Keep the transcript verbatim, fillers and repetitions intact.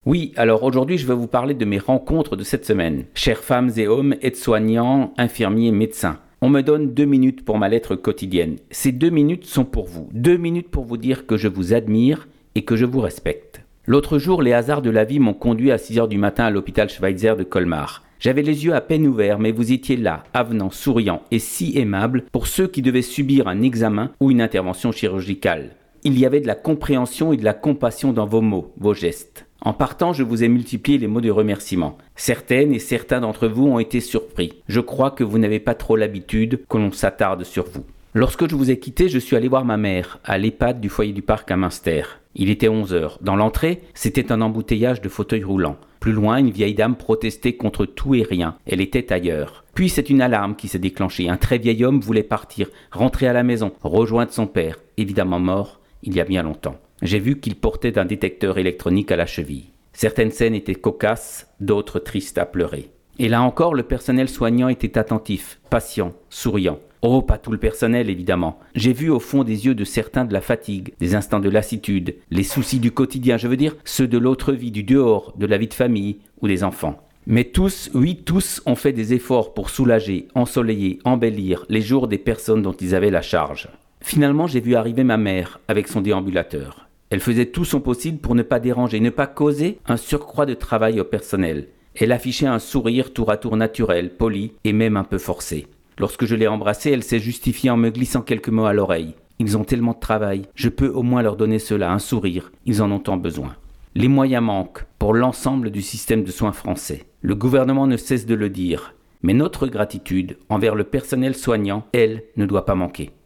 Oui, alors aujourd'hui je vais vous parler de mes rencontres de cette semaine. Chères femmes et hommes, aides-soignants, infirmiers, médecins. On me donne deux minutes pour ma lettre quotidienne. Ces deux minutes sont pour vous. Deux minutes pour vous dire que je vous admire et que je vous respecte. L'autre jour, les hasards de la vie m'ont conduit à six heures du matin à l'hôpital Schweitzer de Colmar. J'avais les yeux à peine ouverts, mais vous étiez là, avenant, souriant et si aimable pour ceux qui devaient subir un examen ou une intervention chirurgicale. Il y avait de la compréhension et de la compassion dans vos mots, vos gestes. En partant, je vous ai multiplié les mots de remerciement. Certaines et certains d'entre vous ont été surpris. Je crois que vous n'avez pas trop l'habitude que l'on s'attarde sur vous. Lorsque je vous ai quitté, je suis allé voir ma mère, à l'EHPAD du foyer du parc à Münster. Il était onze heures. Dans l'entrée, c'était un embouteillage de fauteuils roulants. Plus loin, une vieille dame protestait contre tout et rien. Elle était ailleurs. Puis c'est une alarme qui s'est déclenchée. Un très vieil homme voulait partir, rentrer à la maison, rejoindre son père, évidemment mort il y a bien longtemps. J'ai vu qu'il portait un détecteur électronique à la cheville. Certaines scènes étaient cocasses, d'autres tristes à pleurer. Et là encore, le personnel soignant était attentif, patient, souriant. Oh, pas tout le personnel, évidemment. J'ai vu au fond des yeux de certains de la fatigue, des instants de lassitude, les soucis du quotidien, je veux dire ceux de l'autre vie, du dehors, de la vie de famille ou des enfants. Mais tous, oui, tous ont fait des efforts pour soulager, ensoleiller, embellir les jours des personnes dont ils avaient la charge. Finalement, j'ai vu arriver ma mère avec son déambulateur. Elle faisait tout son possible pour ne pas déranger, ne pas causer un surcroît de travail au personnel. Elle affichait un sourire tour à tour naturel, poli et même un peu forcé. Lorsque je l'ai embrassée, elle s'est justifiée en me glissant quelques mots à l'oreille. Ils ont tellement de travail, je peux au moins leur donner cela, un sourire, ils en ont tant besoin. Les moyens manquent pour l'ensemble du système de soins français. Le gouvernement ne cesse de le dire. Mais notre gratitude envers le personnel soignant, elle, ne doit pas manquer.